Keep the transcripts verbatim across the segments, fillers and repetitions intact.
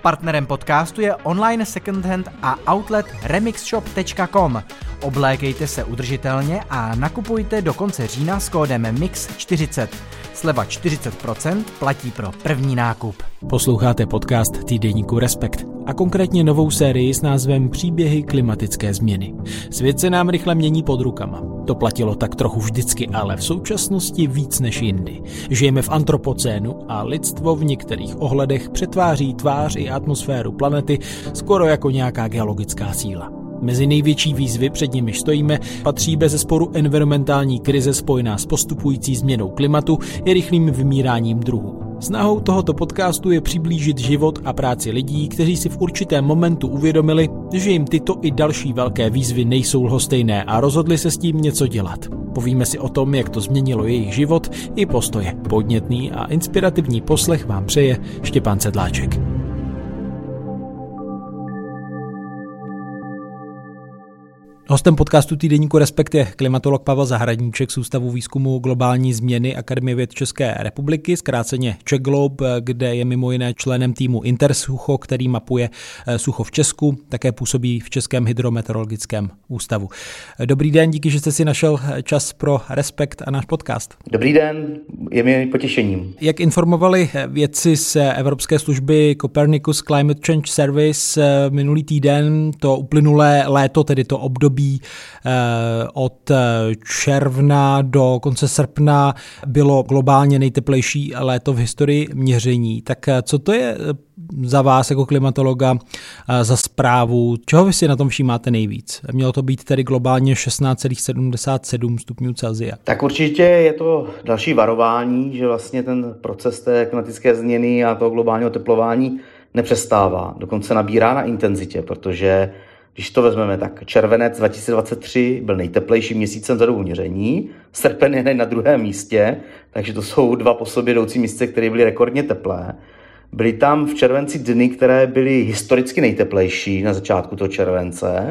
Partnerem podcastu je online secondhand a outlet remix shop tečka com. Oblékejte se udržitelně a nakupujte do konce října s kódem mix čtyřicet. Sleva čtyřicet procent platí pro první nákup. Posloucháte podcast týdeníku Respekt a konkrétně novou sérii s názvem Příběhy klimatické změny. Svět se nám rychle mění pod rukama. To platilo tak trochu vždycky, ale v současnosti víc než jindy. Žijeme v antropocénu a lidstvo v některých ohledech přetváří tvář i atmosféru planety skoro jako nějaká geologická síla. Mezi největší výzvy, před nimiž stojíme, patří bezesporu environmentální krize spojená s postupující změnou klimatu i rychlým vymíráním druhů. Snahou tohoto podcastu je přiblížit život a práci lidí, kteří si v určitém momentu uvědomili, že jim tyto i další velké výzvy nejsou lhostejné a rozhodli se s tím něco dělat. Povíme si o tom, jak to změnilo jejich život i postoje. Podnětný a inspirativní poslech vám přeje Štěpán Sedláček. Hostem podcastu týdeníku Respekt je klimatolog Pavel Zahradníček z Ústavu výzkumu globální změny Akademie věd České republiky, zkráceně CzechGlobe, kde je mimo jiné členem týmu Intersucho, který mapuje sucho v Česku, také působí v Českém hydrometeorologickém ústavu. Dobrý den, díky, že jste si našel čas pro Respekt a náš podcast. Dobrý den, je mi potěšením. Jak informovali vědci z Evropské služby Copernicus Climate Change Service minulý týden, to uplynulé léto, tedy to období od června do konce srpna bylo globálně nejteplejší léto v historii měření. Tak co to je za vás jako klimatologa za zprávu? Čeho vy si na tom všímáte nejvíc? Mělo to být tedy globálně šestnáct celá sedmdesát sedm stupňů Celsia. Tak určitě je to další varování, že vlastně ten proces té klimatické změny a toho globálního oteplování nepřestává. Dokonce nabírá na intenzitě, protože když to vezmeme, tak červenec dva tisíce dvacet tři byl nejteplejším měsícem za dobu měření, srpen je na druhém místě, takže to jsou dva po sobě jdoucí měsíce, které byly rekordně teplé. Byly tam v červenci dny, které byly historicky nejteplejší na začátku toho července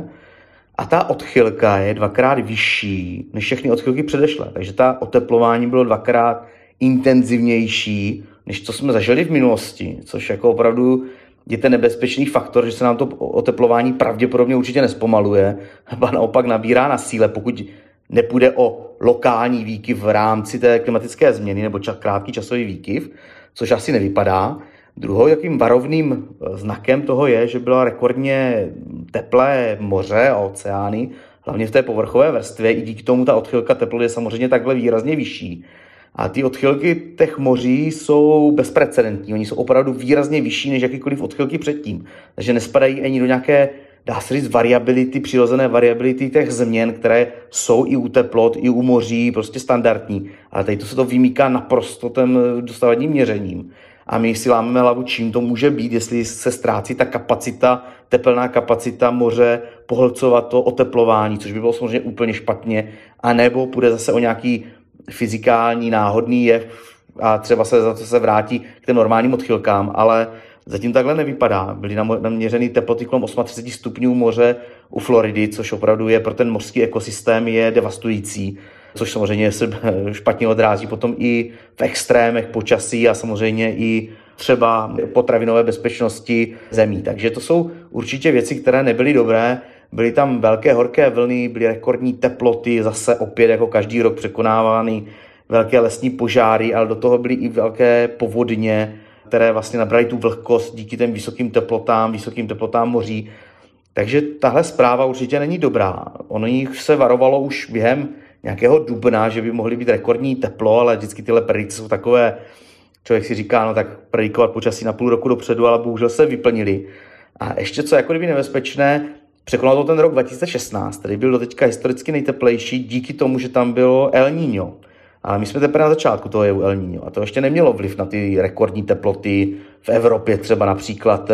a ta odchylka je dvakrát vyšší než všechny odchylky předešlé, takže ta oteplování bylo dvakrát intenzivnější, než co jsme zažili v minulosti, což jako opravdu je ten nebezpečný faktor, že se nám to oteplování pravděpodobně určitě nespomaluje, a naopak nabírá na síle, pokud nepůjde o lokální výkyv v rámci té klimatické změny nebo čas, krátký časový výkyv, což asi nevypadá. Druhou jakým varovným znakem toho je, že bylo rekordně teplé moře a oceány, hlavně v té povrchové vrstvě, i díky tomu ta odchylka teploty je samozřejmě takhle výrazně vyšší. A ty odchylky těch moří jsou bezprecedentní. Oni jsou opravdu výrazně vyšší než jakýkoliv odchylky předtím. Takže nespadají ani do nějaké, dá se říct, variability, přirozené variability těch změn, které jsou i u teplot, i u moří, prostě standardní. Ale tady to se to vymýká naprosto tím dosavadním měřením. A my si lámeme hlavu, čím to může být, jestli se ztrácí ta kapacita, tepelná kapacita moře pohlcovat to oteplování, což by bylo samozřejmě úplně špatně, anebo půjde zase o nějaký fyzikální, náhodný jev a třeba se za to se vrátí k těm normálním odchylkám, ale zatím takhle nevypadá. Byly naměřeny teploty kolem třicet osm stupňů moře u Floridy, což opravdu je pro ten mořský ekosystém je devastující, což samozřejmě se špatně odrází potom i v extrémech počasí a samozřejmě i třeba potravinové bezpečnosti zemí. Takže to jsou určitě věci, které nebyly dobré. Byly tam velké horké vlny, byly rekordní teploty, zase opět jako každý rok překonávány velké lesní požáry, ale do toho byly i velké povodně, které vlastně nabraly tu vlhkost díky těm vysokým teplotám, vysokým teplotám moří. Takže tahle zpráva určitě není dobrá. Ono jich se varovalo už během nějakého dubna, že by mohly být rekordní teplo, ale vždycky tyhle predikce jsou takové, člověk si říká, no tak predikovat počasí na půl roku dopředu, ale bohužel se vyplnily. A ještě co jako kdyby nebezpečné, překonal to ten rok dva tisíce šestnáct, který byl doteďka historicky nejteplejší díky tomu, že tam bylo El Niño. Ale my jsme teprve na začátku toho jevu El Niño a to ještě nemělo vliv na ty rekordní teploty v Evropě, třeba například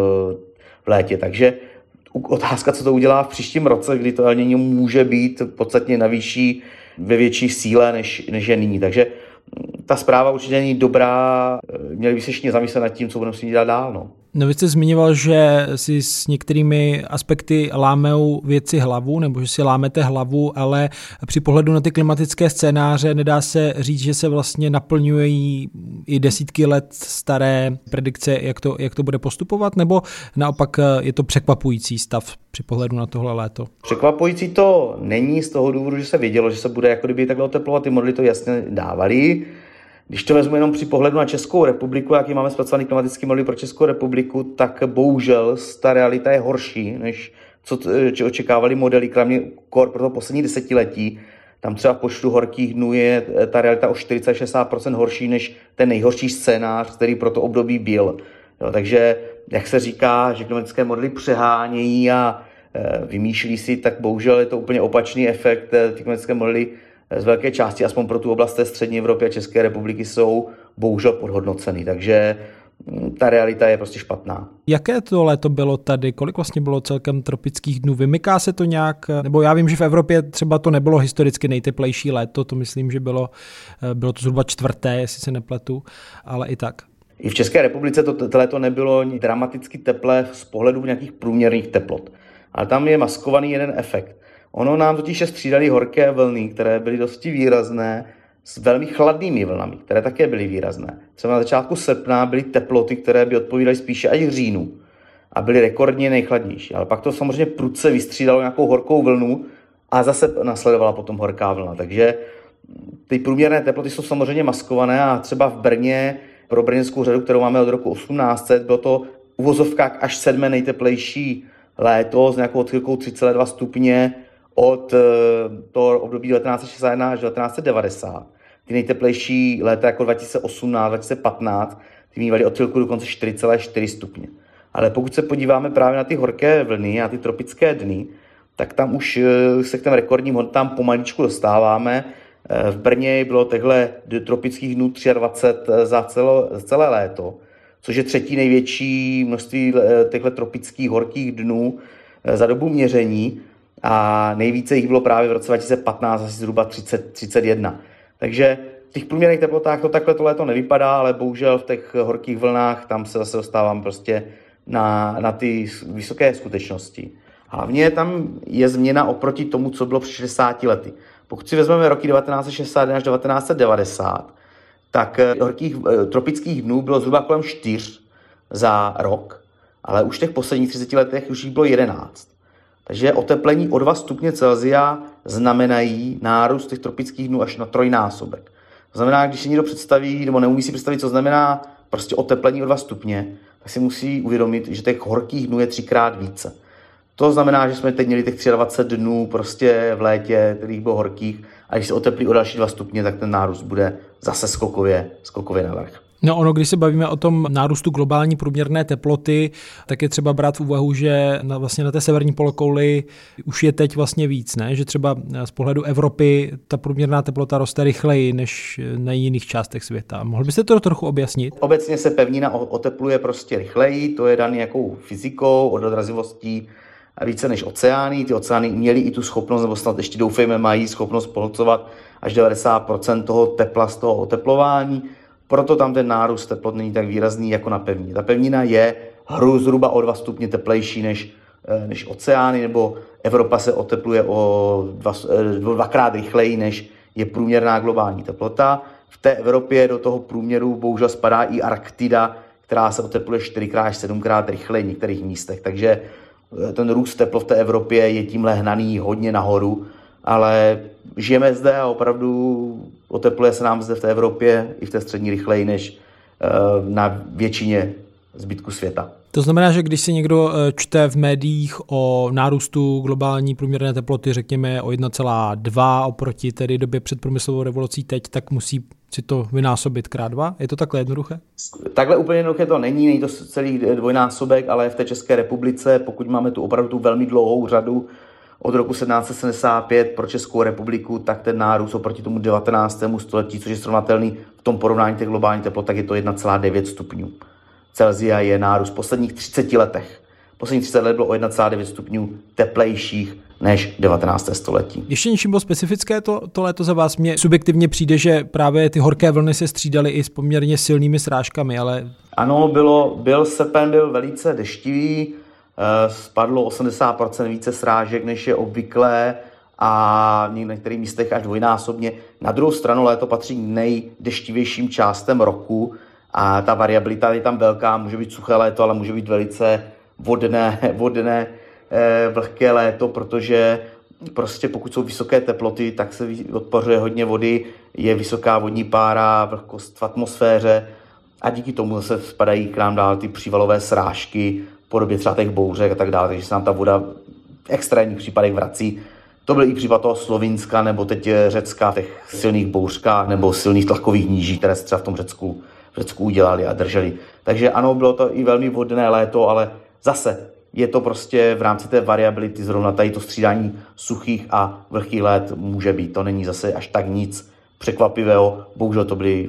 v létě. Takže otázka, co to udělá v příštím roce, kdy to El Niño může být podstatně na vyšší, ve větší síle, než, než je nyní. Takže ta zpráva určitě není dobrá, měli by se ještě zamyslet nad tím, co budeme si dělat dál. No. No vy jste zmiňoval, že si s některými aspekty lámou věci hlavu, nebo že si lámete hlavu, ale při pohledu na ty klimatické scénáře nedá se říct, že se vlastně naplňují i desítky let staré predikce, jak to, jak to bude postupovat, nebo naopak je to překvapující stav při pohledu na tohle léto? Překvapující to není z toho důvodu, že se vědělo, že se bude jako kdyby takhle oteplovat, ty modely to jasně dávali. Když to vezmu jenom při pohledu na Českou republiku, jaký máme zpracovaný klimatický modely pro Českou republiku, tak bohužel ta realita je horší, než co očekávali modely, kromě kor pro to poslední desetiletí. Tam třeba v počtu horkých dnů je ta realita o čtyřicet až šedesát procent horší než ten nejhorší scénář, který pro to období byl. Jo, takže, jak se říká, že klimatické modely přehánějí a e, vymýšlí si, tak bohužel je to úplně opačný efekt. Ty klimatické modely z velké části, aspoň pro tu oblast té střední Evropy a České republiky, jsou bohužel podhodnoceny. Takže ta realita je prostě špatná. Jaké to léto bylo tady? Kolik vlastně bylo celkem tropických dnů? Vymyká se to nějak? Nebo já vím, že v Evropě třeba to nebylo historicky nejteplejší léto, to myslím, že bylo, bylo to zhruba čtvrté, jestli se nepletu, ale i tak. I v České republice to, to léto nebylo dramaticky teplé z pohledu nějakých průměrných teplot. Ale tam je maskovaný jeden efekt. Ono nám totiž střídaly horké vlny, které byly dosti výrazné, s velmi chladnými vlnami, které také byly výrazné. Třeba na začátku srpna byly teploty, které by odpovídaly spíše až říjnu a byly rekordně nejchladnější. Ale pak to samozřejmě prudce vystřídalo nějakou horkou vlnu a zase nasledovala potom horká vlna. Takže ty průměrné teploty jsou samozřejmě maskované a třeba v Brně, pro brněnskou řadu, kterou máme od roku osmnáct set, bylo to v uvozovkách až sedmé nejteplejší léto s nějakou odchylkou tři celé dva stupně od toho období devatenáct set šedesát jedna až devatenáct set devadesát. Ty nejteplejší léta jako dva tisíce osmnáct dva tisíce patnáct, ty mývaly odchylku dokonce čtyři celé čtyři stupně. Ale pokud se podíváme právě na ty horké vlny a ty tropické dny, tak tam už se k těm rekordním hodnotám pomaličku dostáváme. V Brně bylo těchto tropických dnů dvacet tři za, celo, za celé léto, což je třetí největší množství těchto tropických horkých dnů za dobu měření. A nejvíce jich bylo právě v roce dva tisíce patnáct, asi zhruba třicet, třicet jedna. Takže v těch průměrných teplotách to takhle to léto nevypadá, ale bohužel v těch horkých vlnách tam se zase dostávám prostě na, na ty vysoké skutečnosti. Hlavně tam je změna oproti tomu, co bylo před šedesáti lety. Pokud si vezmeme roky devatenáct set šedesát jedna až devatenáct set devadesát, tak horkých tropických dnů bylo zhruba kolem čtyř za rok, ale už v těch posledních třiceti letech už jich bylo jedenáct. Takže oteplení o dva stupně Celsia znamenají nárůst těch tropických dnů až na trojnásobek. To znamená, když si někdo představí, nebo neumí si představit, co znamená prostě oteplení o dva stupně, tak si musí uvědomit, že těch horkých dnů je třikrát více. To znamená, že jsme teď měli těch dvacet tři dnů prostě v létě, kterých bylo horkých, a když se oteplí o další dva stupně, tak ten nárůst bude zase skokově, skokově navrch. No ono, když se bavíme o tom nárůstu globální průměrné teploty, tak je třeba brát v úvahu, že na, vlastně na té severní polokouli už je teď vlastně víc, ne? Že třeba z pohledu Evropy ta průměrná teplota roste rychleji než na jiných částech světa. Mohl byste to trochu objasnit? Obecně se pevnina otepluje prostě rychleji, to je daný nějakou fyzikou, odrazivostí a více než oceány. Ty oceány měly i tu schopnost, nebo snad ještě doufejme mají schopnost pohlcovat až devadesát procent toho tepla z toho oteplování. Proto tam ten nárůst teplot není tak výrazný jako na pevnině. Ta pevnina je hru zhruba o dva stupně teplejší než, než oceány, nebo Evropa se otepluje o dva, dvakrát rychleji, než je průměrná globální teplota. V té Evropě do toho průměru bohužel spadá i Arktida, která se otepluje čtyřikrát až sedmkrát rychleji v některých místech. Takže ten růst teplot v té Evropě je tímhle hnaný hodně nahoru, ale žijeme zde a opravdu otepluje se nám zde v té Evropě i v té střední rychleji než na většině zbytku světa. To znamená, že když si někdo čte v médiích o nárůstu globální průměrné teploty, řekněme o jedna celá dva oproti tedy době před průmyslovou revolucí teď, tak musí si to vynásobit krát dva? Je to takhle jednoduché? Takhle úplně jednoduché to není, není to celý dvojnásobek, ale v té České republice, pokud máme tu opravdu tu velmi dlouhou řadu od roku sedmnáct set sedmdesát pět pro Českou republiku, tak ten nárůst oproti tomu devatenáctému století, což je srovnatelný v tom porovnání těch globálních teplot, tak je to jedna celá devět stupňů. Celsia je nárůst v posledních třiceti letech. Posledních třicet let bylo o jedna celá devět stupňů teplejších než devatenácté století. Ještě něčím bylo specifické to, to léto za vás? Mně subjektivně přijde, že právě ty horké vlny se střídaly i s poměrně silnými srážkami, ale... Ano, bylo, byl srpen byl velice deštivý, spadlo osmdesát procent více srážek, než je obvyklé a v některých místech až dvojnásobně. Na druhou stranu léto patří k nejdeštivějším částem roku a ta variabilita je tam velká, může být suché léto, ale může být velice vodné, vodné, vlhké léto, protože prostě pokud jsou vysoké teploty, tak se odpařuje hodně vody, je vysoká vodní pára, vlhkost v atmosféře a díky tomu se spadají k nám dál ty přívalové srážky v podobě třeba těch bouřek a tak dále, takže se nám ta voda v extrémních případech vrací. To byl i případ toho Slovinska nebo teď Řecka v těch silných bouřkách nebo silných tlakových níží, které se třeba v tom Řecku, v Řecku udělali a drželi. Takže ano, bylo to i velmi vodné léto, ale zase je to prostě v rámci té variability, zrovna tady to střídání suchých a vlhkých let může být. To není zase až tak nic překvapivého. Bohužel to byly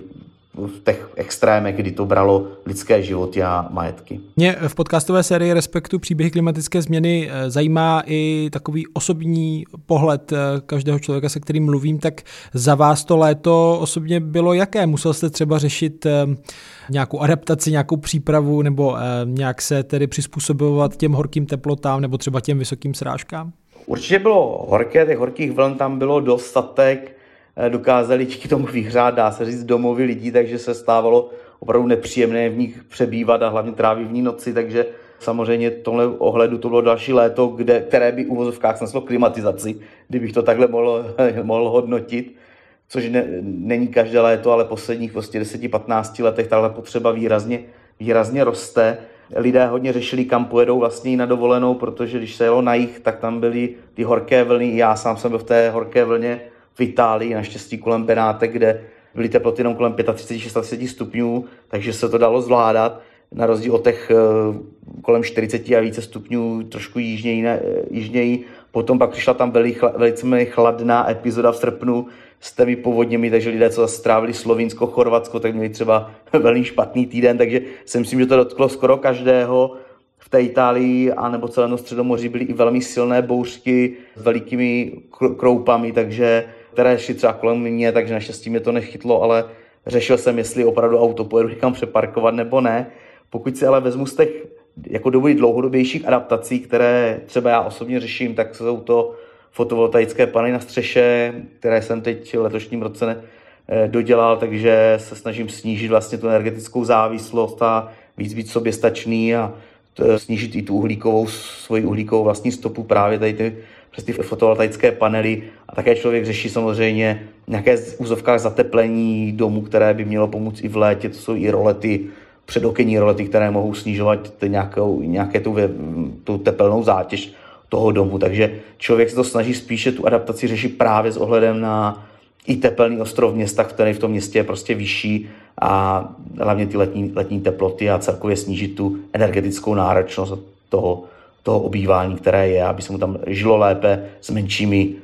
v těch extrémech, kdy to bralo lidské životy a majetky. Mě v podcastové sérii Respektu příběhy klimatické změny zajímá i takový osobní pohled každého člověka, se kterým mluvím, tak za vás to léto osobně bylo jaké? Musel jste třeba řešit nějakou adaptaci, nějakou přípravu nebo nějak se tedy přizpůsobovat těm horkým teplotám nebo třeba těm vysokým srážkám? Určitě bylo horké, těch horkých vln tam bylo dostatek, dokázali díky tomu vyhřát, dá se říct, domovy lidí, takže se stávalo opravdu nepříjemné v nich přebývat a hlavně trávit v ní noci, takže samozřejmě v tomhle ohledu to bylo další léto, kde, které by v uvozovkách sneslo klimatizaci, kdybych to takhle mohl, mohl hodnotit, což ne, není každé léto, ale posledních prostě deset patnáct letech tahle potřeba výrazně, výrazně roste. Lidé hodně řešili, kam pojedou vlastně i na dovolenou, protože když se jelo na jih, tak tam byly ty horké vlny, já sám jsem byl v té horké vlně v Itálii, naštěstí kolem Benátek, kde byly teploty jenom kolem třicet pět až šedesát stupňů, takže se to dalo zvládat, na rozdíl od těch kolem čtyřicet a více stupňů, trošku jižněji, ne, jižněji. Potom pak přišla tam velice chladná epizoda v srpnu s těmi povodněmi, takže lidé, co strávili Slovinsko, Chorvatsko, tak měli třeba velmi špatný týden, takže si myslím, že to dotklo skoro každého. V té Itálii a nebo celém Středomoří byly i velmi silné bouřky s velikými kroupami, takže které šly třeba kolem mě, takže naštěstí mě to nechytlo, ale řešil jsem, jestli opravdu auto pojedu někam přeparkovat nebo ne. Pokud si ale vezmu z těch jako doby dlouhodobějších adaptací, které třeba já osobně řeším, tak jsou to fotovoltaické panely na střeše, které jsem teď v letošním roce ne, dodělal, takže se snažím snížit vlastně tu energetickou závislost a víc být soběstačný a snížit i tu uhlíkovou, svoji uhlíkovou vlastní stopu právě tady ty, přes ty fotovoltaické panely. A také člověk řeší samozřejmě nějaké v úzovkách zateplení domu, které by mělo pomoct i v létě. To jsou i rolety, předokenní rolety, které mohou snižovat nějakou, nějaké tu, tu tepelnou zátěž toho domu. Takže člověk se to snaží spíše tu adaptaci řešit právě s ohledem na i tepelný ostrov města, který v tom městě je prostě vyšší a hlavně ty letní, letní teploty a celkově snížit tu energetickou náročnost toho, toho obývání, které je, aby se mu tam žilo lépe s menšími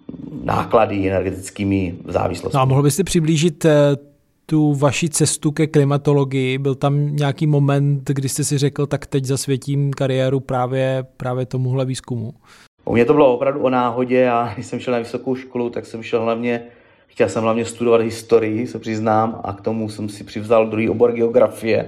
náklady energetickými závislostmi. No a mohl byste přiblížit tu vaši cestu ke klimatologii? Byl tam nějaký moment, kdy jste si řekl, tak teď zasvětím kariéru právě, právě tomuhle výzkumu? U mě to bylo opravdu o náhodě a když jsem šel na vysokou školu, tak jsem šel hlavně, chtěl jsem hlavně studovat historii, se přiznám, a k tomu jsem si přivzal druhý obor geografie.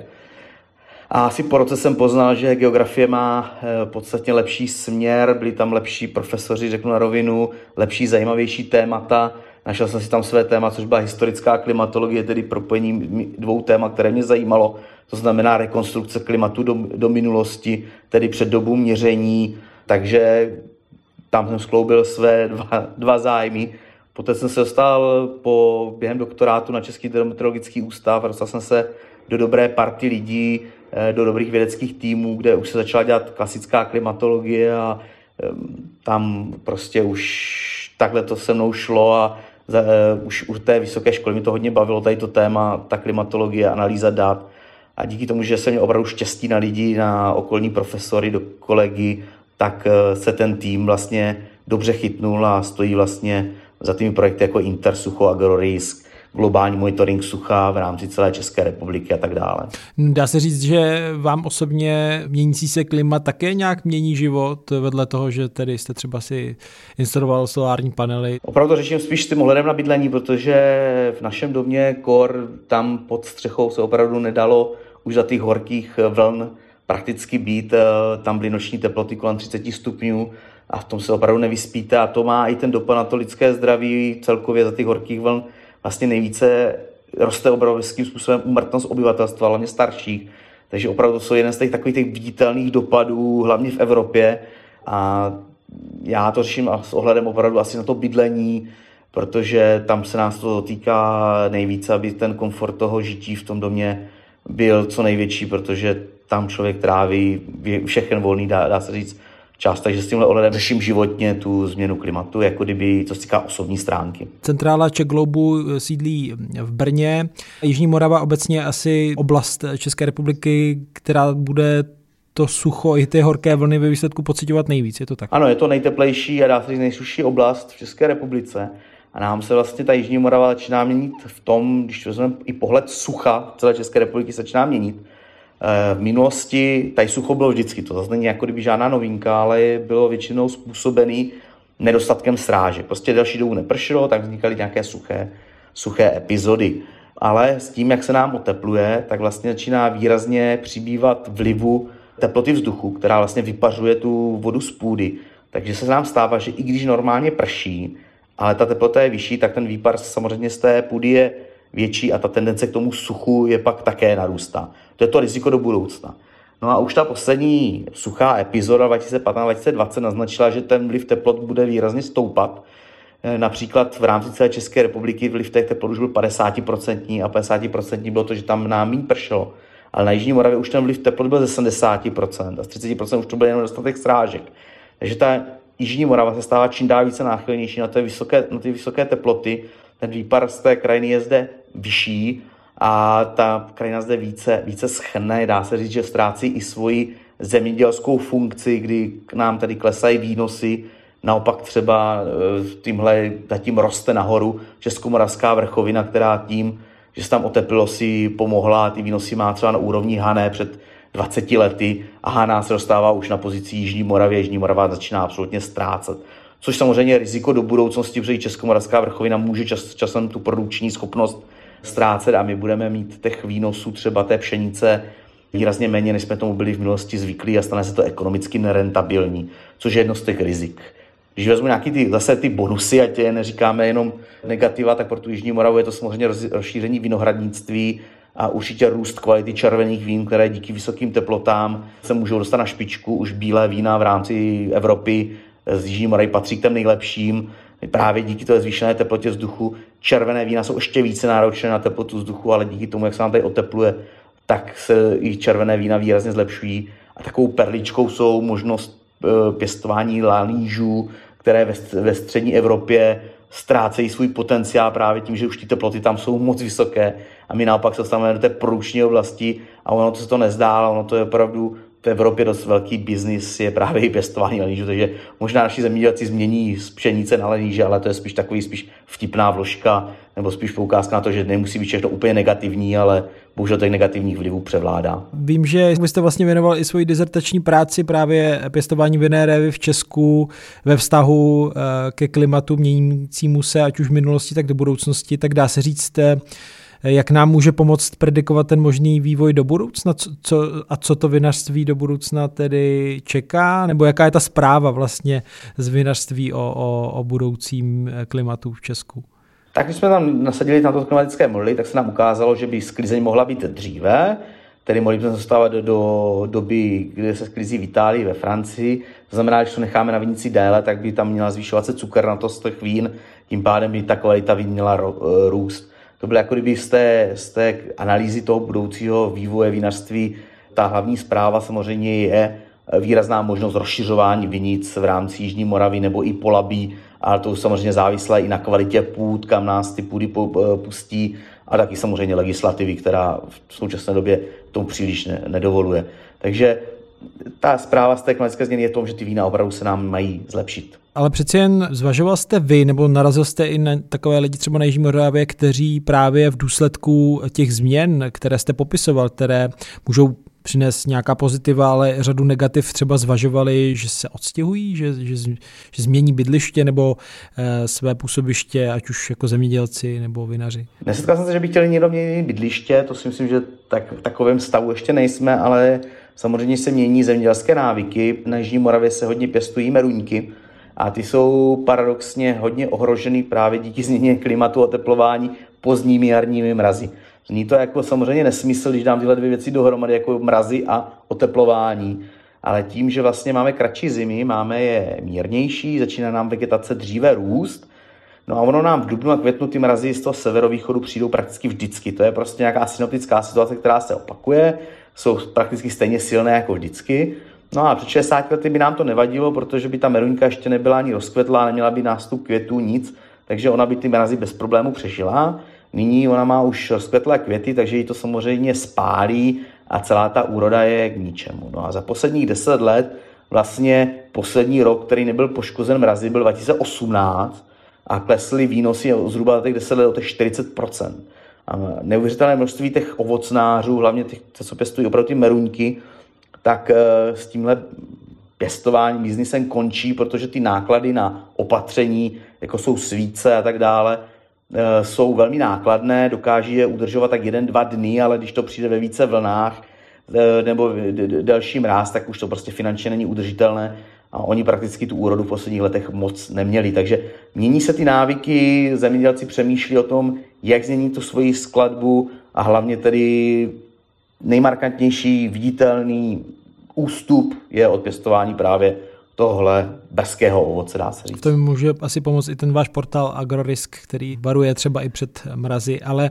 A asi po roce jsem poznal, že geografie má podstatně lepší směr, byli tam lepší profesoři, řeknu na rovinu, lepší, zajímavější témata. Našel jsem si tam své téma, což byla historická klimatologie, tedy propojení dvou témat, které mě zajímalo. To znamená rekonstrukce klimatu do, do minulosti, tedy před dobu měření. Takže tam jsem skloubil své dva, dva zájmy. Poté jsem se dostal po, během doktorátu na Český hydrometeorologický ústav a dostal jsem se do dobré party lidí, do dobrých vědeckých týmů, kde už se začala dělat klasická klimatologie a tam prostě už takhle to se mnou šlo a za, už u té vysoké školy mi to hodně bavilo, tady to téma, ta klimatologie, analýza dat. A díky tomu, že jsem měl opravdu štěstí na lidi, na okolní profesory, do kolegy, tak se ten tým vlastně dobře chytnul a stojí vlastně za těmi projekty jako Intersucho, Agrorisk, globální monitoring sucha v rámci celé České republiky a tak dále. Dá se říct, že vám osobně měnící se klima také nějak mění život vedle toho, že tedy jste třeba si instaloval solární panely? Opravdu to řeším spíš s tím ohledem na bydlení, protože v našem domě kor tam pod střechou se opravdu nedalo už za těch horkých vln prakticky být. Tam byly noční teploty kolem třicet stupňů a v tom se opravdu nevyspíte a to má i ten dopad na to lidské zdraví celkově za těch horkých vln. Vlastně nejvíce roste obrovským způsobem úmrtnost obyvatelstva, hlavně starších. Takže opravdu to jsou jeden z těch takových těch viditelných dopadů, hlavně v Evropě. A já to řeším s ohledem opravdu asi na to bydlení, protože tam se nás to dotýká nejvíce, aby ten komfort toho žití v tom domě byl co největší, protože tam člověk tráví všechen volný, dá, dá se říct, čas, takže s tímhle ohledem řeším životně tu změnu klimatu, jako kdyby to se týká osobní stránky. Centrála Czech Globu sídlí v Brně. Jižní Morava obecně asi oblast České republiky, která bude to sucho i ty horké vlny ve výsledku pociťovat nejvíc, je to tak? Ano, je to nejteplejší a dá se říct nejsušší oblast v České republice. A nám se vlastně ta Jižní Morava začíná měnit v tom, když vezmeme i pohled sucha celé České republiky se začíná měnit. V minulosti tady sucho bylo vždycky, to zase není jako kdyby žádná novinka, ale bylo většinou způsobený nedostatkem srážek. Prostě delší dobu nepršelo, tak vznikaly nějaké suché, suché epizody. Ale s tím, jak se nám otepluje, tak vlastně začíná výrazně přibývat vlivu teploty vzduchu, která vlastně vypařuje tu vodu z půdy. Takže se nám stává, že i když normálně prší, ale ta teplota je vyšší, tak ten výpar samozřejmě z té půdy je větší a ta tendence k tomu suchu je pak také narůstá. To je to riziko do budoucna. No a už ta poslední suchá epizoda dva tisíce patnáct dva tisíce dvacet naznačila, že ten vliv teplot bude výrazně stoupat. Například v rámci celé České republiky vliv těch teplot už byl padesát procent a padesát procent bylo to, že tam nám míň pršelo. Ale na Jižní Moravě už ten vliv teplot byl ze sedmdesát procent a z třicet procent už to byl jenom dostatek srážek. Takže ta Jižní Morava se stává čím dál více náchylnější na ty vysoké, na ty vysoké teploty. Ten výpar z té krajiny je zde vyšší a ta krajina zde více, více schne. Dá se říct, že ztrácí i svoji zemědělskou funkci, kdy k nám tady klesají výnosy. Naopak třeba tímhle zatím roste nahoru Českomoravská vrchovina, která tím, že se tam oteplilo, si pomohla. Ty výnosy má třeba na úrovni Hané před dvaceti lety a Haná se dostává už na pozici Jižní Moravy. Jižní Morava začíná absolutně ztrácet. Což samozřejmě je riziko do budoucnosti, protože Českomoravská vrchovina může čas, časem tu produkční schopnost ztrácet a my budeme mít těch výnosů třeba té pšenice výrazně méně, než jsme tomu byli v minulosti zvyklí a stane se to ekonomicky nerentabilní, což je jedno z těch rizik. Když vezmu nějaký ty, zase ty bonusy, ať je neříkáme jenom negativa, tak pro tu Jižní Moravu je to samozřejmě rozšíření vinohradnictví a určitě růst kvality červených vín, které díky vysokým teplotám se můžou dostat na špičku. Už bílé vína v rámci Evropy z Jižní Moravy patří k těm nejlepším. Právě díky té zvýšené teplotě vzduchu. Červené vína jsou ještě více náročné na teplotu vzduchu, ale díky tomu, jak se nám tady otepluje, tak se i červené vína výrazně zlepšují. A takovou perličkou jsou možnost pěstování lanížů, které ve střední Evropě ztrácejí svůj potenciál právě tím, že už ty teploty tam jsou moc vysoké a my naopak se dostaneme do té produkční oblasti a ono to se to nezdá, ale ono to je opravdu v Evropě dost velký biznis, je právě i pěstování lanížů, takže možná naši zemědělci změní z pšenice na laníže, ale to je spíš takový spíš vtipná vložka, nebo spíš poukázka na to, že nemusí být všechno úplně negativní, ale bohužel těch negativních vlivů převládá. Vím, že vy jste vlastně věnoval i svoji dizertační práci právě pěstování vinné révy v Česku ve vztahu ke klimatu měnícímu se, ať už v minulosti, tak do budoucnosti, tak dá se říct, jak nám může pomoct predikovat ten možný vývoj do budoucna co, co, a co to vinařství do budoucna tedy čeká, nebo jaká je ta zpráva vlastně z vinařství o, o, o budoucím klimatu v Česku? Tak když jsme tam nasadili na to klimatické modely, tak se nám ukázalo, že by sklizeň mohla být dříve, tedy mohli bychom zastávat do, do doby, kdy se sklizí v Itálii, ve Francii. To znamená, když to necháme na vinici déle, tak by tam měla zvyšovat se cukernatost těch vín, tím pádem by ta kvalita vín měla růst. To bylo jako kdyby z té, z té analýzy toho budoucího vývoje vinařství ta hlavní zpráva samozřejmě je výrazná možnost rozšiřování vinic v rámci Jižní Moravy nebo i Polabí, ale to samozřejmě závislé i na kvalitě půd, kam nás ty půdy pustí a taky samozřejmě legislativy, která v současné době tomu příliš ne, nedovoluje. Takže ta zpráva z té klimatické změny je tom, že ty vína opravdu se nám mají zlepšit. Ale přeci jen zvažoval jste vy, nebo narazil jste i na takové lidi třeba na Jižní Moravě, kteří právě v důsledku těch změn, které jste popisoval, které můžou přinést nějaká pozitiva, ale řadu negativ, třeba zvažovali, že se odstěhují, že, že, že změní bydliště nebo e, své působiště, ať už jako zemědělci nebo vinaři? Nesetkal jsem se, že by chtěli někdo měnit bydliště, to si myslím, že tak, v takovém stavu ještě nejsme, ale samozřejmě se mění zemědělské návyky. Na Jižní Moravě se hodně pěstují meruňky a ty jsou paradoxně hodně ohrožený právě díky změně klimatu, oteplování pozdními jarními mrazy. Zní to jako samozřejmě nesmysl, když dám tyhle dvě věci dohromady, jako mrazy a oteplování, ale tím, že vlastně máme kratší zimy, máme je mírnější, začíná nám vegetace dříve růst, no a ono nám v dubnu a květnu ty mrazy z toho severovýchodu přijdou prakticky vždycky. To je prostě nějaká synoptická situace, která se opakuje, jsou prakticky stejně silné jako vždycky. No a před šedesáti lety by nám to nevadilo, protože by ta meruňka ještě nebyla ani rozkvetlá, neměla by nástup květů, nic, takže ona by ty mrazy bez problému přežila. Nyní ona má už rozkvetlé květy, takže ji to samozřejmě spálí a celá ta úroda je k ničemu. No a za posledních deset let, vlastně poslední rok, který nebyl poškozen mrazy, byl dva tisíce osmnáct a klesly výnosy zhruba těch deset let o těch čtyřicet procent. A neuvěřitelné množství těch ovocnářů, hlavně těch, co pěstují opravdu ty meruňky, tak s tímhle pěstováním, biznisem končí, protože ty náklady na opatření, jako jsou svíce a tak dále, jsou velmi nákladné, dokáží je udržovat tak jeden, dva dny, ale když to přijde ve více vlnách nebo delší mráz, tak už to prostě finančně není udržitelné a oni prakticky tu úrodu v posledních letech moc neměli. Takže mění se ty návyky, zemědělci přemýšlí o tom, jak změnit tu svoji skladbu a hlavně tedy nejmarkantnější viditelný ústup je od pěstování právě tohle brzkého ovoce, dá se říct. To mi může asi pomoct i ten váš portál Agrorisk, který varuje třeba i před mrazy, ale...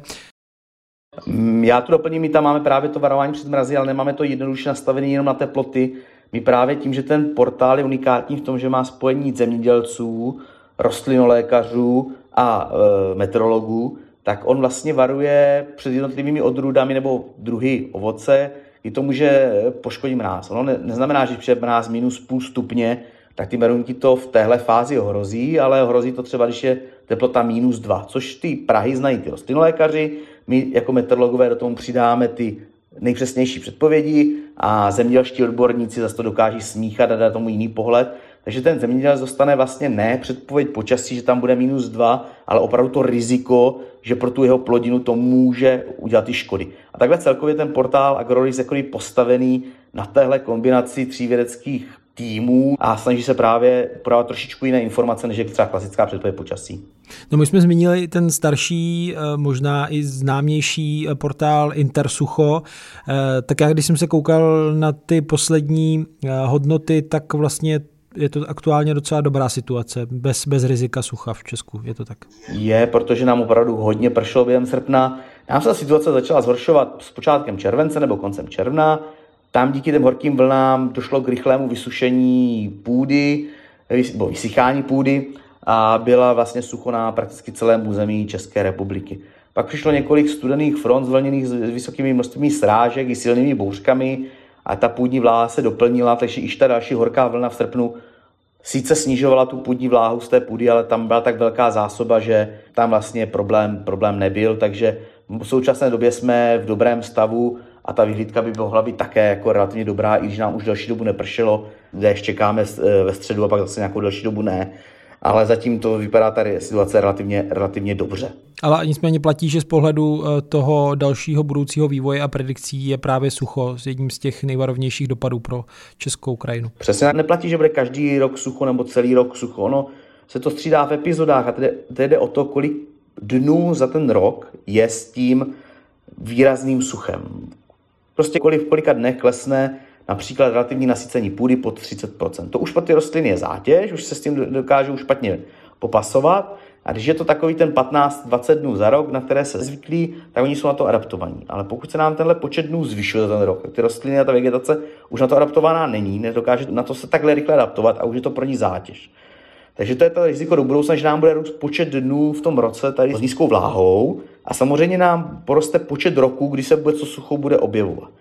Já tu doplním, my tam máme právě to varování před mrazy, ale nemáme to jednoduše nastavené jenom na teploty. My právě tím, že ten portál je unikátní v tom, že má spojení zemědělců, rostlinolékařů a e, meteorologů, tak on vlastně varuje před jednotlivými odrůdami nebo druhy ovoce, kdy to může poškodit mráz. Ono ne, neznamená, že přijde mráz minus půl stupně, tak ty meruňky to v téhle fázi ohrozí, ale ohrozí to třeba, když je teplota minus dva, což ty prahy znají ty rostlinolékaři. My jako meteorologové do tomu přidáme ty nejpřesnější předpovědi a zemědělští odborníci zase to dokáží smíchat a dát tomu jiný pohled. Takže ten zemědělec dostane vlastně ne předpověď počasí, že tam bude minus dva, ale opravdu to riziko, že pro tu jeho plodinu to může udělat ty škody. A takhle celkově ten portál Agrorisk je postavený na téhle kombinaci tří vědeckých týmů a snaží se právě podávat trošičku jiné informace, než je třeba klasická předpověď počasí. No my jsme zmínili ten starší, možná i známější portál Intersucho, tak já když jsem se koukal na ty poslední hodnoty, tak vlastně je to aktuálně docela dobrá situace, bez, bez rizika sucha v Česku, je to tak? Je, protože nám opravdu hodně pršelo během srpna. Nám se ta situace začala zhoršovat s počátkem července nebo koncem června. Tam díky těm horkým vlnám došlo k rychlému vysušení půdy, nebo vysychání půdy a byla vlastně sucho na prakticky celém území České republiky. Pak přišlo několik studených front zvlněných s vysokými množstvím srážek i silnými bouřkami a ta půdní vláha se doplnila, takže i ta další horká vlna v srpnu sice snižovala tu půdní vláhu z té půdy, ale tam byla tak velká zásoba, že tam vlastně problém, problém nebyl, takže v současné době jsme v dobrém stavu a ta vyhlídka by mohla být také jako relativně dobrá, i když nám už delší dobu nepršelo, déšť čekáme ve středu a pak zase nějakou delší dobu ne. Ale zatím to vypadá tady situace relativně, relativně dobře. Ale nicméně platí, že z pohledu toho dalšího budoucího vývoje a predikcí je právě sucho s jedním z těch nejvarovnějších dopadů pro českou krajinu. Přesně, neplatí, že bude každý rok sucho nebo celý rok sucho. Ono se to střídá v epizodách a tedy jde o to, kolik dnů za ten rok je s tím výrazným suchem. Prostě kolik, kolika dnech klesne například relativní nasycení půdy pod třicet procent. To už pro ty rostliny je zátěž, už se s tím dokážou špatně popasovat. A když je to takový ten patnáct dvacet dnů za rok, na které se zvyklí, tak oni jsou na to adaptovaní. Ale pokud se nám tenhle počet dnů zvyšuje za ten rok, ty rostliny a ta vegetace už na to adaptovaná není, nedokáže na to se takhle rychle adaptovat a už je to pro ní zátěž. Takže to je to riziko do budoucna, že nám bude růst počet dnů v tom roce tady s nízkou vláhou a samozřejmě nám poroste počet roků, kdy se bude co sucho bude objevovat.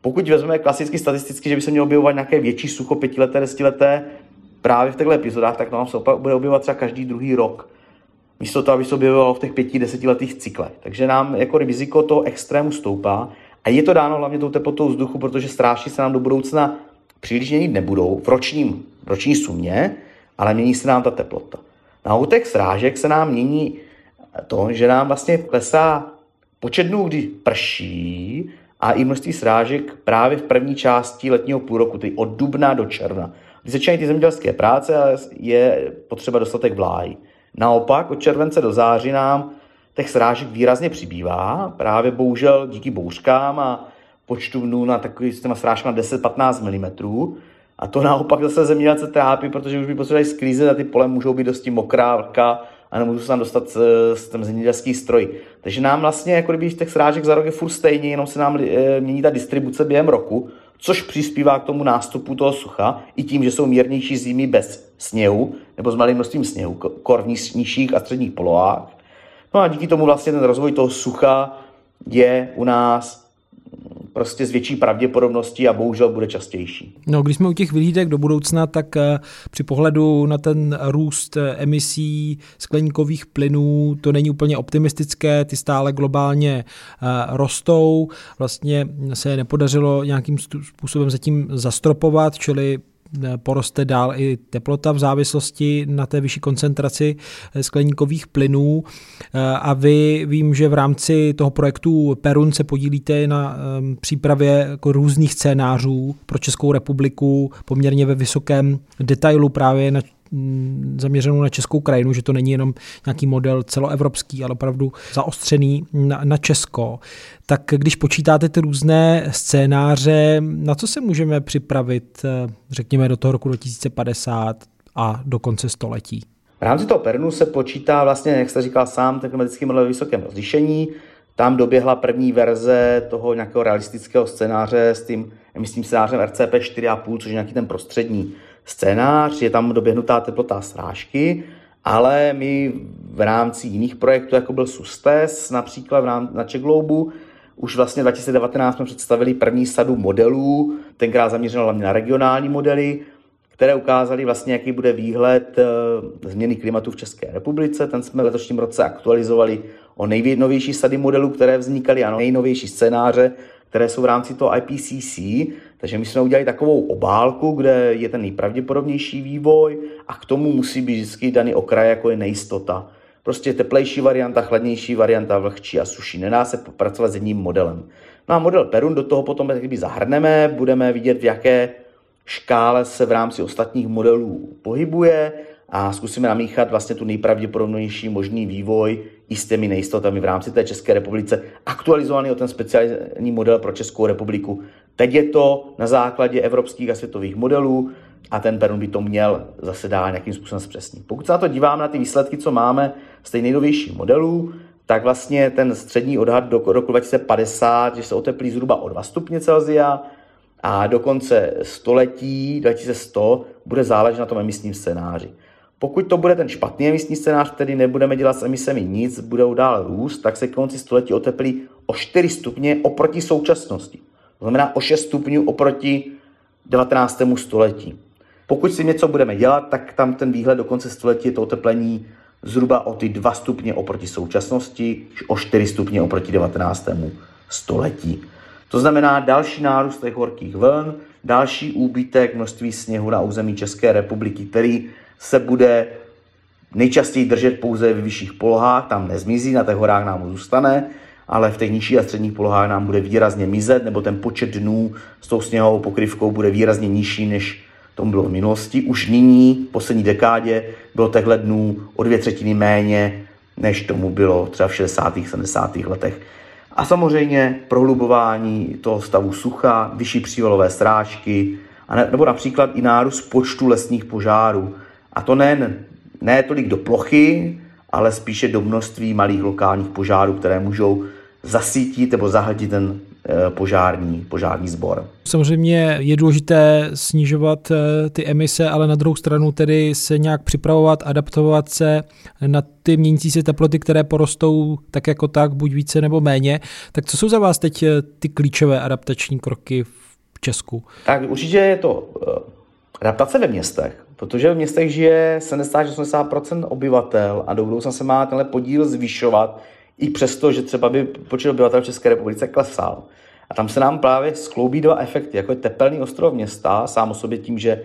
Pokud vezmeme klasicky statisticky, že by se mělo objevovat nějaké větší sucho pětileté, desetileté právě v těchto epizodách, tak nám se bude objevovat třeba každý druhý rok. Místo toho, aby se objevovalo v těch pěti, desetiletých cyklech. Takže nám jako riziko toho extrému stoupá a je to dáno hlavně tou teplotou vzduchu, protože srážky se nám do budoucna příliš měnit nebudou v ročním, v roční sumě, ale mění se nám ta teplota. Na u těch srážek se nám mění to, že nám vlastně klesá počet dnů, kdy prší, a i množství srážek právě v první části letního půlroku, tedy od dubna do června. Když začínají ty zemědělské práce, je potřeba dostatek vláhy. Naopak od července do září nám těch srážek výrazně přibývá, právě bohužel díky bouřkám a počtu dnů na takový s těma srážkama deset patnáct milimetrů. A to naopak zase zemědělce trápí, protože už by potřebovali sklízet a ty pole můžou být dosti mokrá, vlhká a nemůžou se tam dostat s tím zemědělský stroj. Takže nám vlastně, jako kdyby těch srážek za rok je furt stejně, jenom se nám mění ta distribuce během roku, což přispívá k tomu nástupu toho sucha, i tím, že jsou mírnější zimy bez sněhu, nebo s malým množstvím sněhu, kor v nižších a středních polohách. No a díky tomu vlastně ten rozvoj toho sucha je u nás prostě s větší pravděpodobností a bohužel bude častější. No, když jsme u těch vyhlídek do budoucna, tak při pohledu na ten růst emisí skleníkových plynů to není úplně optimistické, ty stále globálně rostou, vlastně se nepodařilo nějakým způsobem zatím zastropovat, čili poroste dál i teplota v závislosti na té vyšší koncentraci skleníkových plynů. A vy vím, že v rámci toho projektu Perun se podílíte na přípravě jako různých scénářů pro Českou republiku poměrně ve vysokém detailu právě na zaměřenou na českou krajinu, že to není jenom nějaký model celoevropský, ale opravdu zaostřený na, na Česko. Tak když počítáte ty různé scénáře, na co se můžeme připravit, řekněme, do toho roku dva tisíce padesát a do konce století? V rámci toho Perunu se počítá vlastně, jak jste říkal sám, ten klimatický model ve vysokém rozlišení. Tam doběhla první verze toho nějakého realistického scénáře s tím emisním scénářem R C P čtyři a půl, což je nějaký ten prostřední scénář, je tam doběhnutá teplota srážky, ale my v rámci jiných projektů, jako byl SUSTES, například v rámci na Czech-Globu, už vlastně dva tisíce devatenáct jsme představili první sadu modelů, tenkrát zaměřeno hlavně na regionální modely, které ukázaly vlastně, jaký bude výhled změny klimatu v České republice. Ten jsme v letošním roce aktualizovali o nejnovější sady modelů, které vznikaly, a nejnovější scénáře, které jsou v rámci toho I P C C. Takže my jsme udělali takovou obálku, kde je ten nejpravděpodobnější vývoj a k tomu musí být vždycky daný okraj, jako je nejistota. Prostě teplejší varianta, chladnější varianta, vlhčí a suší. Nedá se pracovat s jedním modelem. No a model Perun do toho potom kdyby zahrneme, budeme vidět, v jaké škále se v rámci ostatních modelů pohybuje a zkusíme namíchat vlastně tu nejpravděpodobnější možný vývoj i s těmi nejistotami v rámci té České republice, aktualizovaný o ten speciální model pro Českou republiku. Teď je to na základě evropských a světových modelů a ten Perun by to měl zase dál nějakým způsobem zpřesnit. Pokud se na to díváme na ty výsledky, co máme z těch nejnovějších modelů, tak vlastně ten střední odhad do roku dva tisíce padesát, že se oteplí zhruba o dva stupně Celsia, a do konce století dva tisíce sto bude záležet na tom emisním scénáři. Pokud to bude ten špatný emisní scénář, který nebudeme dělat s emisemi nic, budou dál růst, tak se k konci století oteplí o čtyři stupně oproti současnosti. To znamená o šest stupňů oproti devatenáctému století. Pokud si něco budeme dělat, tak tam ten výhled do konce století je to oteplení zhruba o ty dva stupně oproti současnosti, o čtyři stupně oproti devatenáctému století. To znamená další nárůst těch horkých vln, další úbytek množství sněhu na území České republiky, který se bude nejčastěji držet pouze ve vyšších polohách, tam nezmizí, na těch horách nám zůstane, ale v těch nižších a středních polohách nám bude výrazně mizet, nebo ten počet dnů s tou sněhovou pokryvkou bude výrazně nižší, než tomu bylo v minulosti. Už nyní, v poslední dekádě, bylo těchto dnů o dvě třetiny méně, než tomu bylo třeba v šedesátých sedmdesátých letech. A samozřejmě prohlubování toho stavu sucha, vyšší přívalové srážky, a ne, nebo například i nárůst počtu lesních požárů. A to ne, ne tolik do plochy, ale spíše do množství malých lokálních požárů, které můžou zasítit nebo zahltit ten požární, požární sbor. Samozřejmě je důležité snižovat ty emise, ale na druhou stranu tedy se nějak připravovat, adaptovat se na ty měnící se teploty, které porostou tak jako tak, buď více nebo méně. Tak co jsou za vás teď ty klíčové adaptační kroky v Česku? Tak určitě je to adaptace ve městech, protože ve městech žije sedmdesát až osmdesát procent obyvatel a do budoucna se má tenhle podíl zvyšovat, i přesto, že třeba by počet obyvatel v České republice klesal. A tam se nám právě skloubí dva efekty, jako je tepelný ostrov města, sám o sobě tím, že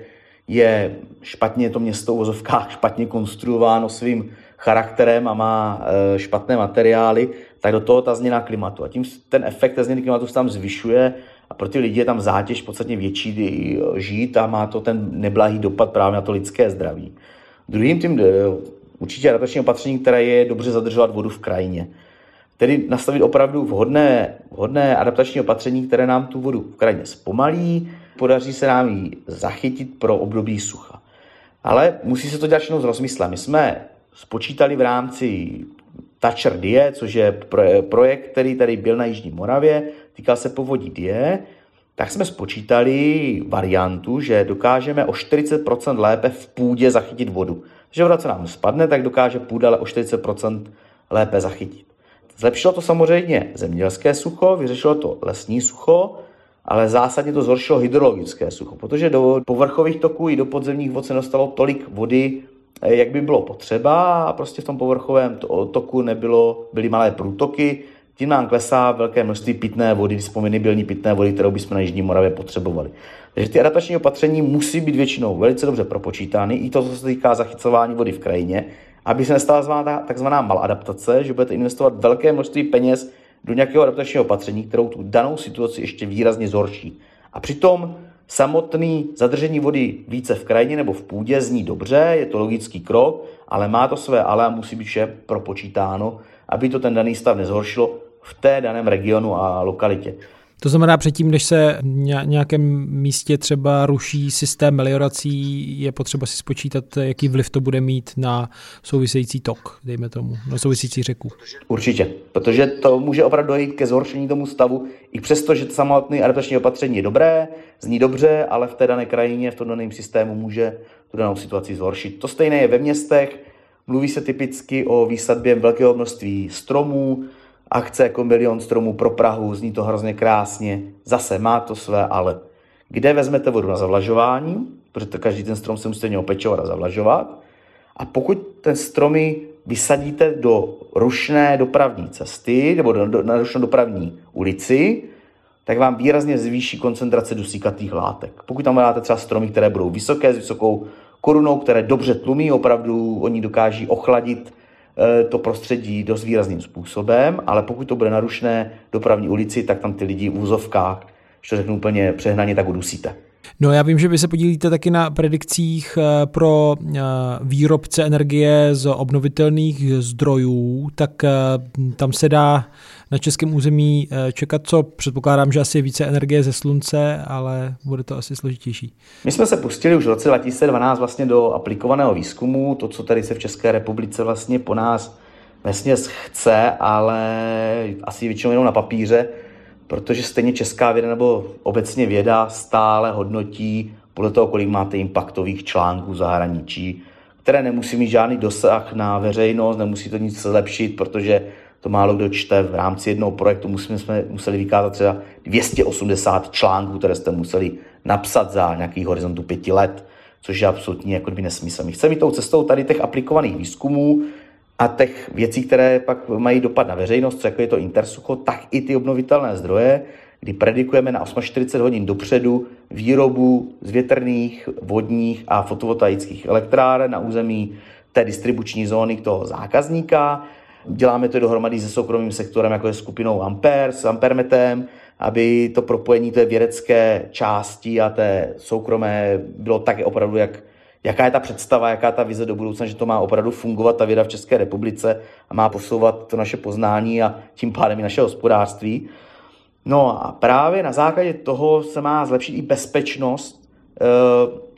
je špatně to město v uvozovkách špatně konstruováno svým charakterem a má špatné materiály, tak do toho ta změna klimatu. A tím ten efekt té změny klimatu se tam zvyšuje a pro ty lidi je tam zátěž podstatně větší žít a má to ten neblahý dopad právě na to lidské zdraví. Druhým tím určitě adaptační opatření, které je dobře zadržovat vodu v krajině. Tedy nastavit opravdu vhodné, vhodné adaptační opatření, které nám tu vodu v krajině zpomalí, podaří se nám ji zachytit pro období sucha. Ale musí se to dělat všechno s rozmyslem. My jsme spočítali v rámci Thatcher Die, což je projekt, který tady byl na Jižní Moravě, týkal se povodí Die, tak jsme spočítali variantu, že dokážeme o čtyřicet procent lépe v půdě zachytit vodu. Že voda, co nám spadne, tak dokáže půda ale o čtyřicet procent lépe zachytit. Zlepšilo to samozřejmě zemědělské sucho, vyřešilo to lesní sucho, ale zásadně to zhoršilo hydrologické sucho, protože do povrchových toků i do podzemních vod se dostalo tolik vody, jak by bylo potřeba, a prostě v tom povrchovém toku nebylo, byly malé průtoky, tím nám klesá velké množství pitné vody, disponibilní pitné vody, kterou bychom na Jižní Moravě potřebovali. Takže ty adaptační opatření musí být většinou velice dobře propočítány, i to, co se týká zachycování vody v krajině, aby se nestala takzvaná maladaptace, že budete investovat velké množství peněz do nějakého adaptačního opatření, kterou tu danou situaci ještě výrazně zhorší. A přitom samotný zadržení vody více v krajině nebo v půdě zní dobře, je to logický krok, ale má to své ale a musí být vše propočítáno, aby to ten daný stav nezhoršilo v té daném regionu a lokalitě. To znamená, předtím, než se v nějakém místě třeba ruší systém meliorací, je potřeba si spočítat, jaký vliv to bude mít na související tok, dejme tomu, na související řeku. Určitě, protože to může opravdu dojít ke zhoršení tomu stavu, i přesto, že to samotné adaptační opatření je dobré, zní dobře, ale v té dané krajině, v tom daném systému může tu danou situaci zhoršit. To stejné je ve městech, mluví se typicky o výsadbě velkého množství stromů, akce jako milion stromů pro Prahu, zní to hrozně krásně, zase má to své ale. Kde vezmete vodu na zavlažování, protože to každý ten strom se musí opečovat a zavlažovat, a pokud ten stromy vysadíte do rušné dopravní cesty nebo do, do, na rušnou dopravní ulici, tak vám výrazně zvýší koncentrace dusíkatých látek. Pokud tam dáte třeba stromy, které budou vysoké, s vysokou korunou, které dobře tlumí, opravdu oni dokáží ochladit to prostředí dost výrazným způsobem, ale pokud to bude na rušné dopravní ulici, tak tam ty lidi v úzovkách, že to řeknu úplně přehnaně, tak udusíte. No, já vím, že vy se podílíte taky na predikcích pro výrobce energie z obnovitelných zdrojů, tak tam se dá na českém území čekat, co předpokládám, že asi je více energie ze slunce, ale bude to asi složitější. My jsme se pustili už v roce dva tisíce dvanáct vlastně do aplikovaného výzkumu, to, co tady se v České republice vlastně po nás vesměs chce, ale asi většinou jenom na papíře, protože stejně česká věda nebo obecně věda stále hodnotí podle toho, kolik máte impaktových článků v zahraničí, které nemusí mít žádný dosah na veřejnost, nemusí to nic zlepšit, protože to málo kdo čte. V rámci jednoho projektu musíme, jsme museli vykázat třeba dvě stě osmdesát článků, které jste museli napsat za nějaký horizontu pěti let, což je absolutně jako kdyby nesmysl. My chceme jít tou cestou tady těch aplikovaných výzkumů a těch věcí, které pak mají dopad na veřejnost, jako je to intersucho, tak i ty obnovitelné zdroje, kdy predikujeme na čtyřicet osm hodin dopředu výrobu z větrných, vodních a fotovoltaických elektráren na území té distribuční zóny toho zákazníka. Děláme to dohromady se soukromým sektorem, jako je skupinou Ampere, s Ampermetem, aby to propojení té vědecké části a té soukromé bylo tak opravdu, jak, jaká je ta představa, jaká je ta vize do budoucna, že to má opravdu fungovat ta věda v České republice a má posouvat to naše poznání a tím pádem i naše hospodářství. No a právě na základě toho se má zlepšit i bezpečnost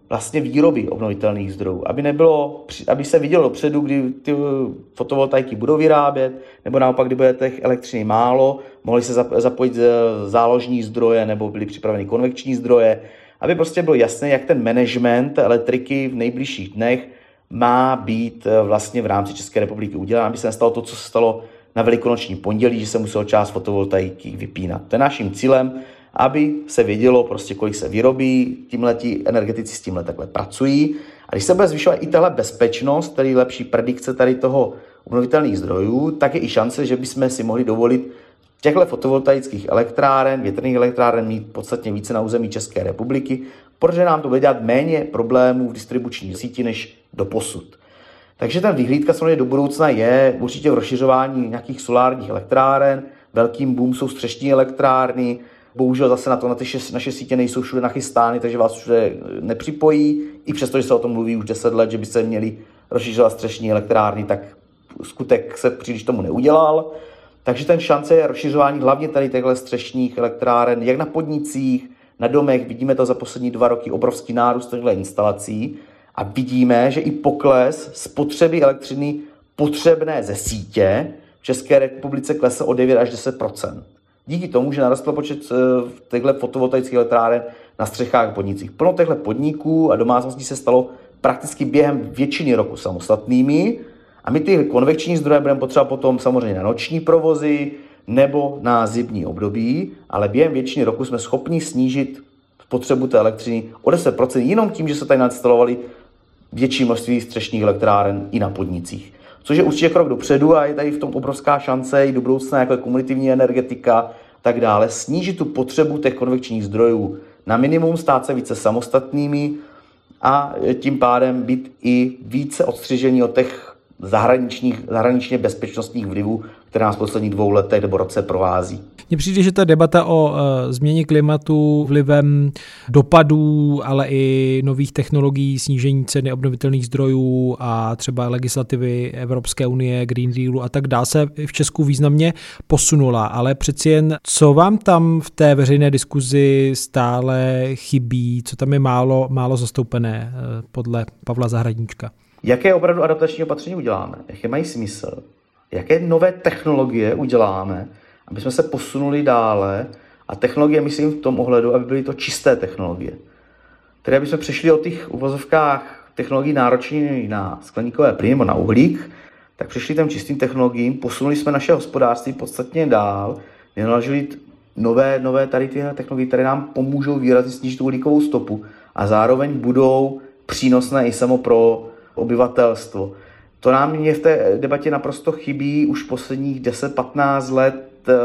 vlastně výroby obnovitelných zdrojů, aby nebylo, aby se vidělo dopředu, kdy ty fotovoltaiky budou vyrábět, nebo naopak, kdy bude těch elektřiny málo, mohly se zapojit záložní zdroje nebo byly připraveny konvekční zdroje, aby prostě bylo jasné, jak ten management elektriky v nejbližších dnech má být vlastně v rámci České republiky udělán, aby se nestalo to, co se stalo na Velikonoční pondělí, že se muselo část fotovoltaiky vypínat. To je naším cílem, aby se vědělo, prostě, kolik se vyrobí, tímhletí energetici s tímhle takhle pracují. A když se bude zvyšovat i tahle bezpečnost, tedy lepší predikce tady toho obnovitelných zdrojů, tak je i šance, že bychom si mohli dovolit těchto fotovoltaických elektráren, větrných elektráren mít podstatně více na území České republiky, protože nám to bude dělat méně problémů v distribuční síti než doposud. Takže ta vyhlídka samozřejmě do budoucna je určitě v rozšiřování nějakých solárních elektráren, velkým boom jsou střešní elektrárny, bohužel zase na to na ty šest, naše sítě nejsou všude nachystány, takže vás všude nepřipojí. I přesto, že se o tom mluví už deset let, že by se měli rozšiřovat střešní elektrárny, tak skutek se příliš tomu neudělal. Takže ten šance je rozšiřování hlavně tady těchto střešních elektráren, jak na podnicích, na domech. Vidíme to za poslední dva roky obrovský nárůst těchto instalací a vidíme, že i pokles spotřeby elektřiny potřebné ze sítě v České republice klesl o devět až deset procent. Díky tomu, že narostl počet těchto fotovoltaických elektráren na střechách podnicích. Plno těchto podniků a domácností se stalo prakticky během většiny roku samostatnými a my ty konvekční zdroje budeme potřebovat potom samozřejmě na noční provozy nebo na zimní období, ale během většiny roku jsme schopni snížit spotřebu té elektřiny o deset procent jenom tím, že se tady nainstalovali větší množství střešních elektráren i na podnicích. Což je určitě krok dopředu a je tady v tom obrovská šance i do budoucna, jako je komunitívní energetika, tak dále, snížit tu potřebu těch konvekčních zdrojů na minimum, stát se více samostatnými a tím pádem být i více odstřižení od těch zahraničních, zahraničně bezpečnostních vlivů, které nás v posledních dvou letech nebo roce provází. Mně přijde, že ta debata o uh, změně klimatu vlivem dopadů, ale i nových technologií, snížení ceny obnovitelných zdrojů a třeba legislativy Evropské unie, Green Dealu a tak dále se v Česku významně posunula, ale přeci jen, co vám tam v té veřejné diskuzi stále chybí, co tam je málo, málo zastoupené uh, podle Pavla Zahradníčka? Jaké opravdu adaptační opatření uděláme? Jaké mají smysl? Jaké nové technologie uděláme, aby jsme se posunuli dále? A technologie myslím v tom ohledu, aby byly to čisté technologie. Tedy aby jsme přešli od těch uvozovkách technologií náročných na skleníkové plyny nebo na uhlík, tak přešli těm čistým technologiím, posunuli jsme naše hospodářství podstatně dál, vynaložili nové, nové tady tyhle technologie, které nám pomůžou výrazně snížit uhlíkovou stopu a zároveň budou přínosné i samo pro obyvatelstvo. To nám mě v té debatě naprosto chybí už posledních deset patnáct let.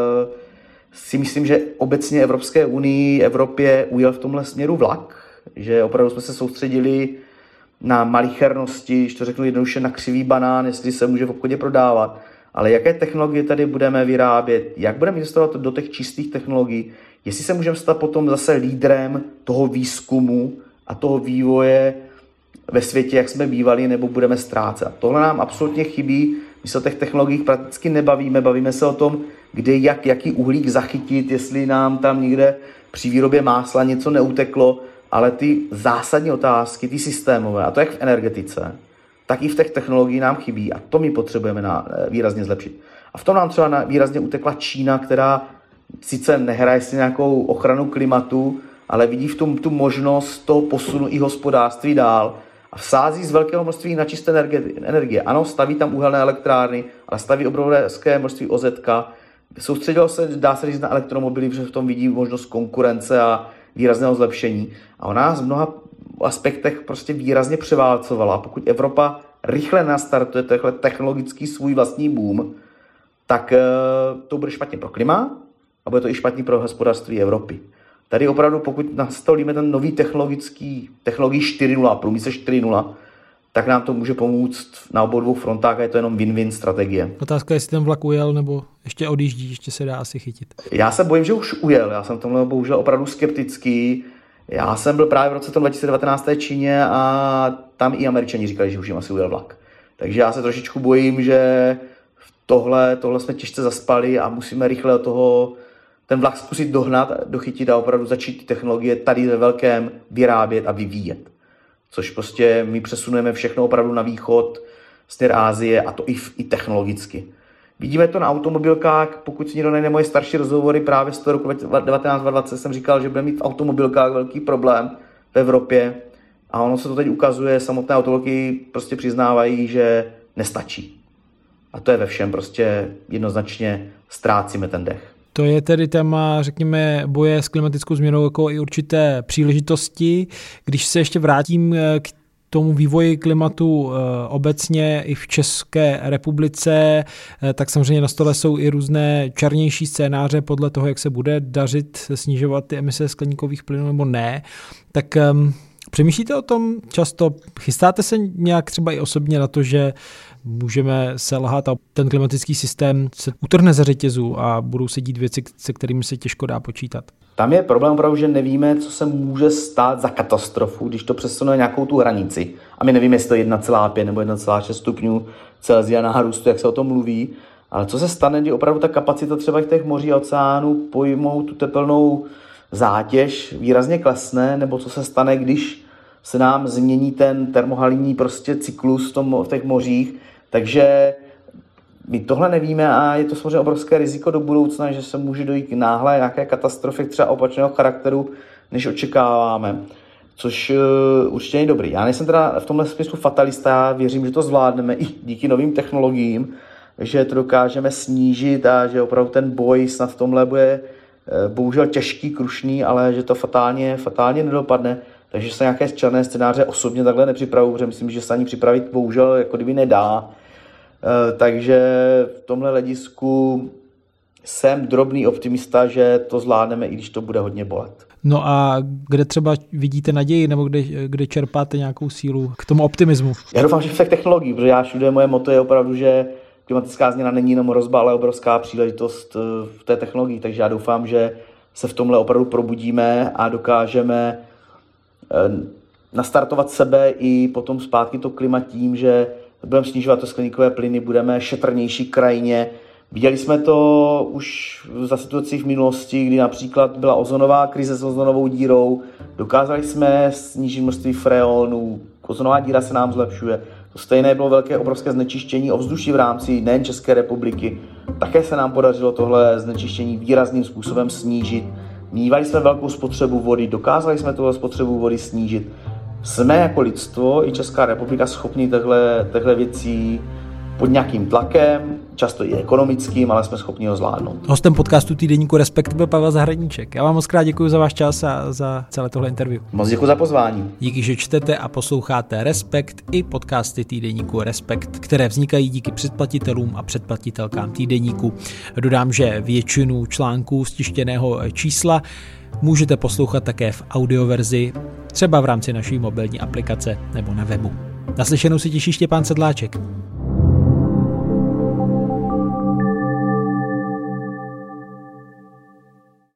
Si myslím, že obecně Evropské unii, Evropě ujel v tomhle směru vlak, že opravdu jsme se soustředili na malichernosti, když to řeknu jednoduše, na křivý banán, jestli se může v obchodě prodávat, ale jaké technologie tady budeme vyrábět, jak budeme investovat do těch čistých technologií, jestli se můžeme stát potom zase lídrem toho výzkumu a toho vývoje ve světě, jak jsme bývali, nebo budeme ztrácet. Tohle nám absolutně chybí, my se o těch technologiích prakticky nebavíme, bavíme se o tom, kde, jak, jaký uhlík zachytit, jestli nám tam někde při výrobě másla něco neuteklo, ale ty zásadní otázky, ty systémové, a to jak v energetice, tak i v těch technologiích nám chybí a to my potřebujeme na, výrazně zlepšit. A v tom nám třeba na, výrazně utekla Čína, která sice nehraje si nějakou ochranu klimatu, ale vidí v tom tu možnost toho posunu i hospodářství dál a vsází z velkého množství na čisté energie. Ano, staví tam uhelné elektrárny, ale staví obrovské množství O Z K. Soustředilo se, dá se říct, na elektromobily, protože v tom vidí možnost konkurence a výrazného zlepšení. A ona v mnoha aspektech prostě výrazně převálcovala. Pokud Evropa rychle nastartuje tenhle technologický svůj vlastní boom, tak to bude špatně pro klima a bude to i špatně pro hospodářství Evropy. Tady opravdu, pokud nastolíme ten nový technologický, technologii čtyři nula, průmysl čtyři nula, tak nám to může pomoct na obou dvou frontách a je to jenom win-win strategie. Otázka je, jestli ten vlak ujel, nebo ještě odjíždí, ještě se dá asi chytit. Já se bojím, že už ujel. Já jsem tomhle bohužel opravdu skeptický. Já jsem byl právě v roce dva tisíce devatenáct v Číně a tam i Američani říkali, že už jim asi ujel vlak. Takže já se trošičku bojím, že tohle, tohle jsme těžce zaspali a musíme rychle od toho ten vlak zkusit dohnat, dochytit a opravdu začít ty technologie tady ve velkém vyrábět a vyvíjet. což prostě my přesunujeme všechno opravdu na východ, směr Asie a to i, i technologicky. Vidíme to na automobilkách, pokud si někdo najde moje starší rozhovory právě z toho roku devatenáct dvacet, jsem říkal, že bude mít v automobilkách velký problém v Evropě a ono se to teď ukazuje, samotné automobilky prostě přiznávají, že nestačí. A to je ve všem, prostě jednoznačně ztrácíme ten dech. To je tedy téma, řekněme, boje s klimatickou změnou jako i určité příležitosti. Když se ještě vrátím k tomu vývoji klimatu obecně i v České republice, tak samozřejmě na stole jsou i různé černější scénáře podle toho, jak se bude dařit snižovat ty emise skleníkových plynů nebo ne. Tak um, přemýšlíte o tom často? Chystáte se nějak třeba i osobně na to, že můžeme selhat a ten klimatický systém se utrhne ze řetězu a budou se dít věci, se kterými se těžko dá počítat? Tam je problém opravdu, že nevíme, co se může stát za katastrofu, když to přesune nějakou tu hranici. A my nevíme, jestli to je jedna celá pět nebo jedna celá šest stupňů Celsia nárůstu, jak se o tom mluví. Ale co se stane, když opravdu ta kapacita třeba těch moří a oceánů pojmou tu tepelnou zátěž výrazně klesne, nebo co se stane, když se nám změní ten termohalinní prostě cyklus v, tom, v těch mořích. Takže my tohle nevíme a je to samozřejmě obrovské riziko do budoucna, že se může dojít k náhle nějaké katastrofy třeba opačného charakteru, než očekáváme. Což uh, určitě je dobrý. Já nejsem teda v tomhle smyslu fatalista, já věřím, že to zvládneme i díky novým technologiím, že to dokážeme snížit a že opravdu ten boj snad v tomhle bude uh, bohužel těžký, krušný, ale že to fatálně, fatálně nedopadne. Takže se nějaké černé scénáře osobně takhle nepřipravuji, protože myslím, že se ani připravit bohužel jako kdyby nedá. Takže v tomhle hledisku jsem drobný optimista, že to zvládneme, i když to bude hodně bolet. No a kde třeba vidíte naději, nebo kde, kde čerpáte nějakou sílu k tomu optimismu? Já doufám, že v těch technologiích, protože já všude moje motto je opravdu, že klimatická změna není jenom hrozba, ale obrovská příležitost v té technologii. Takže já doufám, že se v tomhle opravdu probudíme a dokážeme nastartovat sebe i potom zpátky to klima tím, že budeme snižovat to skleníkové plyny, budeme šetrnější krajině. Viděli jsme to už za situací v minulosti, kdy například byla ozonová krize s ozonovou dírou. Dokázali jsme snížit množství freonů, ozonová díra se nám zlepšuje. To stejné bylo velké obrovské znečištění ovzduší v rámci nejen České republiky. Také se nám podařilo tohle znečištění výrazným způsobem snížit. Mívali jsme velkou spotřebu vody, dokázali jsme tuhle spotřebu vody snížit. Jsme jako lidstvo i Česká republika schopni těchto věcí pod nějakým tlakem, často i ekonomickým, ale jsme schopni ho zvládnout. Hostem podcastu Týdeníku Respekt byl Pavel Zahradníček. Já vám moc krát děkuji za váš čas a za celé tohle interview. Moc děkuji za pozvání. Díky, že čtete a posloucháte Respekt i podcasty Týdeníku Respekt, které vznikají díky předplatitelům a předplatitelkám Týdeníku. Dodám, že většinu článků z tištěného čísla můžete poslouchat také v audioverzi, třeba v rámci naší mobilní aplikace nebo na webu. Naslyšenou se těší Štěpán Sedláček.